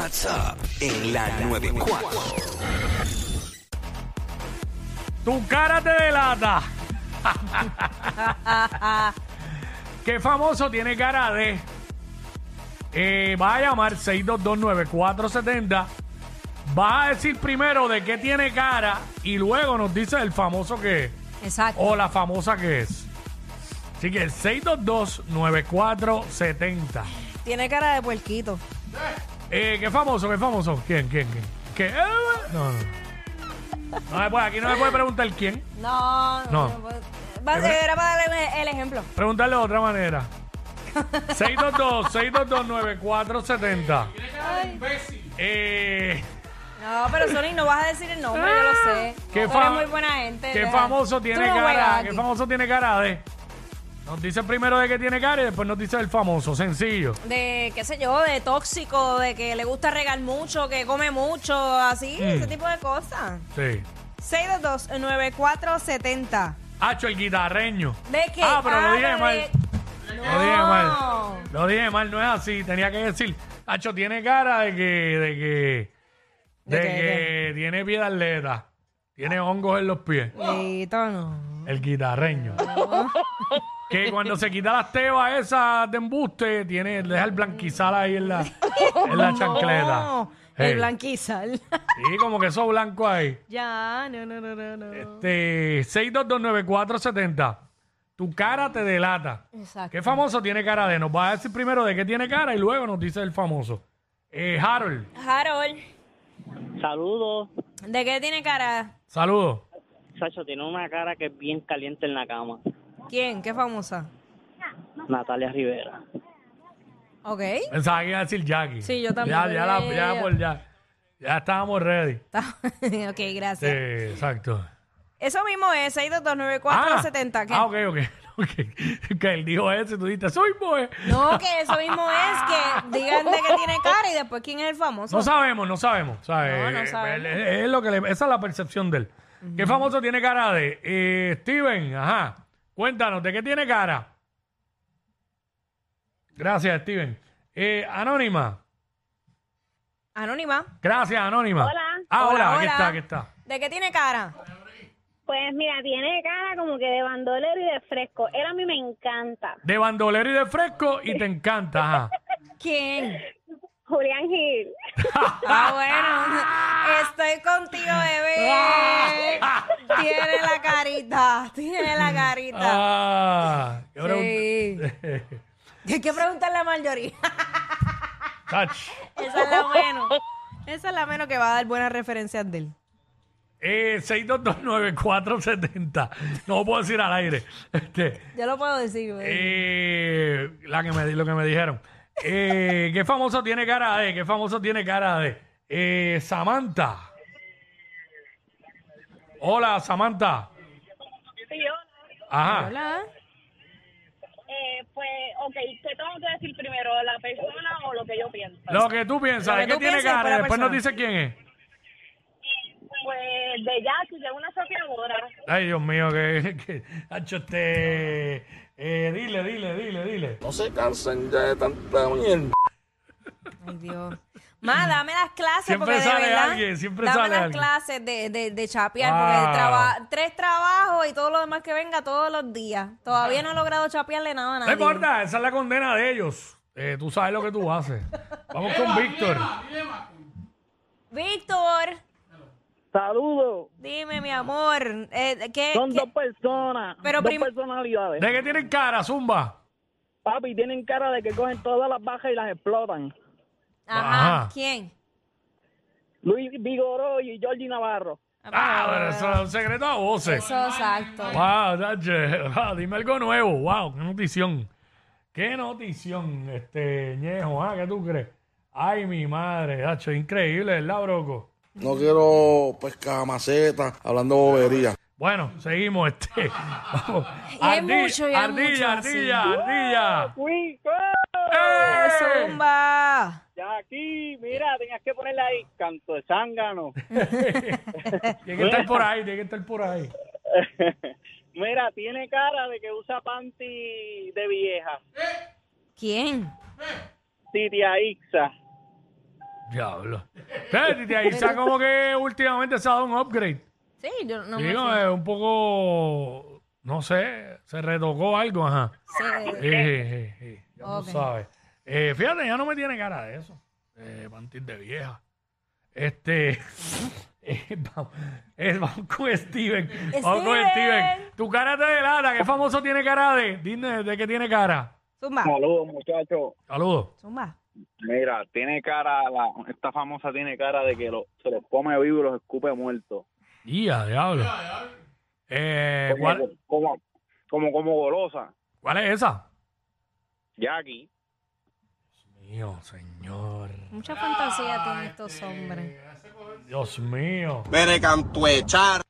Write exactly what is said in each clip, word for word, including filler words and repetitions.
WhatsApp en la noventa y cuatro. Tu cara te delata. ¿Qué famoso tiene cara de? Eh, va a llamar seis dos dos nueve cuatro siete cero. Va a decir primero de qué tiene cara y luego nos dice el famoso que es. Exacto. O la famosa que es. Así que seis dos dos nueve cuatro siete cero. Tiene cara de puerquito. Eh, ¿Qué famoso? ¿Qué famoso? ¿Quién? ¿Quién? ¿Quién? ¿Qué? Eh, no, no. No me puede, aquí no me puede preguntar quién. No, No. no. Va- Era para darle el ejemplo. Preguntarle de otra manera. seis dos dos nueve cuatro siete cero. Eh, No, pero Sonic, no vas a decir el nombre, yo lo sé. ¿Qué Tú fa- eres muy buena gente. ¿Qué deja- famoso Tú tiene no juegas cara? aquí. ¿Qué famoso tiene cara de? Nos dice primero de qué tiene cara y después nos dice el famoso. Sencillo. De, qué sé yo, de tóxico, de que le gusta regar mucho, que come mucho, así, Mm. ese tipo de cosas. Sí. seis dos dos nueve cuatro siete cero. Hacho, el guitarreño. ¿De qué? Ah, pero lo dije de- mal. No. Lo dije mal. Lo dije mal, no es así. Tenía que decir, Hacho tiene cara de que, de que, de, ¿De que qué, tiene pie de atleta. Tiene hongos en los pies. Lito, no. El guitarreño. Que cuando se quita las tebas esas de embuste, tiene, deja el blanquizal ahí en la, en la chancleta. No, Hey. el blanquizal. Sí, como que eso blanco ahí. Ya, no, no, no, no, no. Este, seis dos dos nueve cuatro siete cero. Tu cara te delata. Exacto. ¿Qué famoso tiene cara de? Nos va a decir primero de qué tiene cara y luego nos dice el famoso. Eh, Harold, Harold, Saludos. ¿de qué tiene cara? saludos. Sacho, tiene una cara que es bien caliente en la cama. ¿Quién? ¿Qué famosa? Natalia Rivera. Ok. Pensaba que iba a decir Jackie. Sí, yo también. Ya, ya, la- ya, por ya. Ya estábamos ready. Está- ok, Sí, gracias. exacto. Eso mismo es seis dos dos nueve cuatro siete cero. ¿Qué? Ah, ok, ok. ok. Que él dijo eso y tú dijiste, soy boy. No, que eso mismo es que digan de qué tiene cara y después quién es el famoso. No sabemos, no sabemos. ¿sabes? No, no Eh, sabemos. Es, es lo que le- esa es la percepción de él. ¿Qué famoso tiene cara de? Eh, Steven, ajá. Cuéntanos, ¿de qué tiene cara? Gracias, Steven. Eh, Anónima. Anónima. Gracias, Anónima. Hola. Ah, hola, Hola, aquí hola. está, aquí está. ¿De qué tiene cara? Pues mira, tiene cara como que de bandolero y de fresco. Él a mí me encanta. De bandolero y de fresco y te encanta, ajá. ¿Quién? Julián Gil. Ah, bueno. Estoy contigo, bebé. Tiene la carita. Tiene la carita. Ah, qué Sí. pregunta. Hay que preguntarle a Marjorie. Tach. Esa es la menos. Esa es la menos que va a dar buenas referencias de él. Eh, seis dos dos nueve cuatro siete cero. No lo puedo decir al aire. Este, Yo lo puedo decir, bebé. eh, la que me, di- lo que me dijeron. Eh, ¿Qué famoso tiene cara de? ¿Qué famoso tiene cara de? Eh, Samantha. Hola, Samantha. Sí, yo. Ajá. Hola. Eh, pues, ok, ¿qué tengo que decir primero? ¿La persona o lo que yo pienso? Lo que tú piensas, Lo que ¿de qué tú tiene piensas y cara? después la Después nos persona. dice quién es. Pues de Jackie, de una saqueadora. Ay, Dios mío, que, que hacho, este, eh, dile, dile, dile, dile. No se cansen ya de tanta mierda. Ay, Dios. Ma, dame las clases Siempre porque de sale verdad, alguien, siempre dame sale las alguien. clases de, de, de chapear, Wow. porque traba- tres trabajos y todo lo demás que venga todos los días. Todavía no he logrado chapearle nada a No nadie. importa, esa es la condena de ellos. Eh, tú sabes lo que tú haces. Vamos con Víctor. Víctor, Saludos. dime, mi amor, eh, ¿qué, Son qué- dos personas, Pero dos prim- personalidades. ¿De qué tienen cara, Zumba? Papi, tienen cara de que cogen todas las bajas y las explotan. Ajá, Ajá. ¿quién? Luis Vigoró y Georgie Navarro. Ah, pero eso es un secreto a voces. Eso, exacto. Wow, Dache. Wow, dime algo nuevo. Wow, qué notición. Qué notición, este Ñejo. Ah, ¿qué tú crees? Ay, mi madre, Dacho, increíble, ¿verdad, broco? No quiero pescar maceta hablando bobería. Bueno, seguimos, este. Vamos. Y hay Ardi- mucho, y hay ardilla, mucho así. ardilla, ardilla. ¡Uy! ¡Eh! Zumba. Jackie, mira, tenías que ponerle ahí canto de zángano. Tiene que estar por ahí, tiene que estar por ahí. Mira, tiene cara de que usa panty de vieja. ¿Quién? Titia Ixa. Diablo. ¿Qué? De ahí está como que últimamente se ha dado un upgrade. Sí, yo no me Digo, sé. es un poco, no sé, se retocó algo, ajá. Sí. Sí, sí, sí, ya Ok. tú sabes. Eh, fíjate, ya no me tiene cara de eso. Eh, pantis de vieja. Este. eh, vamos, eh, vamos con Steven. Vamos con Steven. Steven. Tu cara te delata. ¿Qué famoso tiene cara de? Dime de qué tiene cara. Zumba, Saludos, muchachos. Saludos. zumba. Mira, tiene cara, la, esta famosa tiene cara de que lo, se los come vivo y los escupe muertos. Ya, diablo. Eh, Como, ¿cuál, como, como, como golosa. ¿Cuál es esa? Jackie. Mío, señor. Mucha fantasía tienen estos hombres. Dios mío. Mere cantuechar.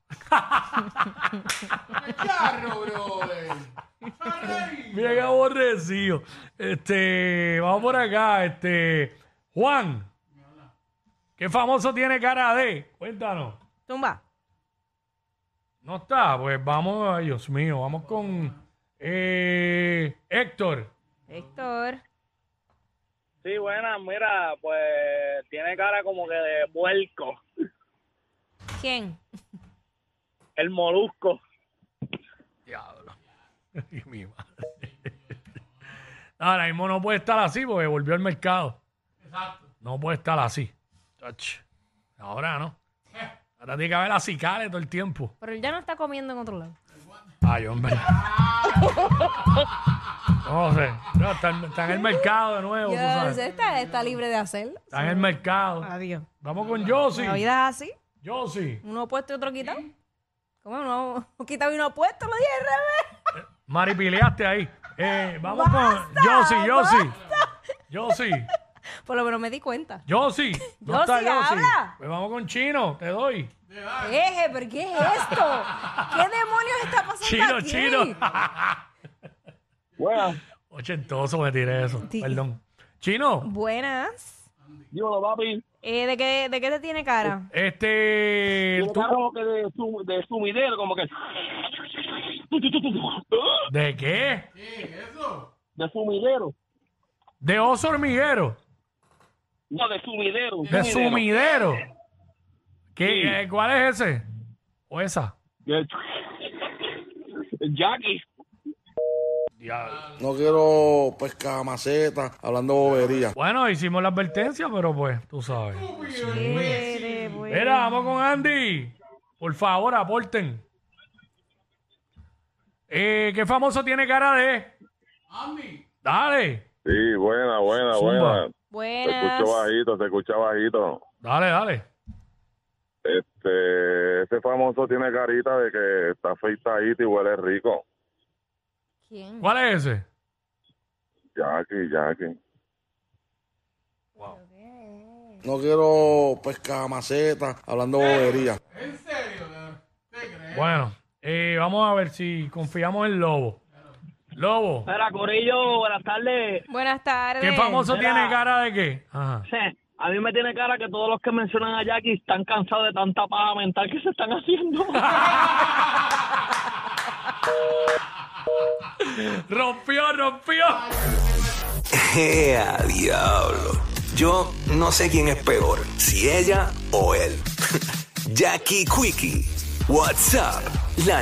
Mira qué aborrecido. Este, vamos por acá. Este, Juan. ¿Qué famoso tiene cara de? Cuéntanos. Zumba. No está, pues vamos, ay, Dios mío, vamos con eh, Héctor. Héctor. Sí, buena, mira, pues tiene cara como que de puerco. ¿Quién? El molusco. Diablo. Ay, mi madre. Ahora mismo no puede estar así porque volvió al mercado. Exacto. No puede estar así. Chach. Ahora no. Ahora tiene que haber acicales todo el tiempo. Pero él ya no está comiendo en otro lado. Ay, hombre. No sé. No, está, en- está en el mercado de nuevo, tú Yo sabes. sé, está, está libre de hacerlo. Está en el mercado. Adiós. Vamos con Josie. La vida es así. Josie. Uno puesto y otro quitado. ¿Cómo? Uno quitado y uno puesto, lo dije al revés. Maripileaste ahí. Eh, vamos Basta, con Josie, Josie. Josie. Por lo menos me di cuenta. Josie. No Josie, está Josie. habla. Pues vamos con Chino, te doy. Eje, ¿pero qué es esto? ¿Qué demonios está pasando Chino, aquí? Chino. Bueno, Ochentoso me tiré eso. Sí. Perdón. Chino, Buenas. dímelo, papi. Eh, ¿de, qué, ¿De qué te tiene cara? este. Tiene tú- cara como que de, su, de sumidero, como que... ¿De qué? De sumidero. De oso hormiguero. No, de sumidero. De sumidero. ¿Qué, eh, ¿Cuál es ese? ¿O esa? Jackie. Diablo. No quiero pescar maceta, hablando bobería. Bueno, hicimos la advertencia, pero pues, tú sabes. Quiere, pues. Mira, vamos con Andy. Por favor, aporten. Eh, ¿Qué famoso tiene cara de? Andy. Dale. Sí, buena, buena, Zumba. buena. Se Buenas. escucha bajito, se escucha bajito. Dale, dale. Este, ese famoso tiene carita de que está afeitadito y huele rico. ¿Quién? ¿Cuál es ese? Jackie, Jackie. No quiero pescar maceta, hablando bobería. Bueno, eh, vamos a ver si confiamos en Lobo. Lobo, Mira, Corillo, buenas tardes. Buenas tardes. ¿qué famoso Mira. tiene cara de qué? Ajá. A mí me tiene cara que todos los que mencionan a Jackie están cansados de tanta paja mental que se están haciendo. Rompió, rompió. ¡Ea, diablo! Yo no sé quién es peor, si ella o él. Jackie Quickie, WhatsApp, la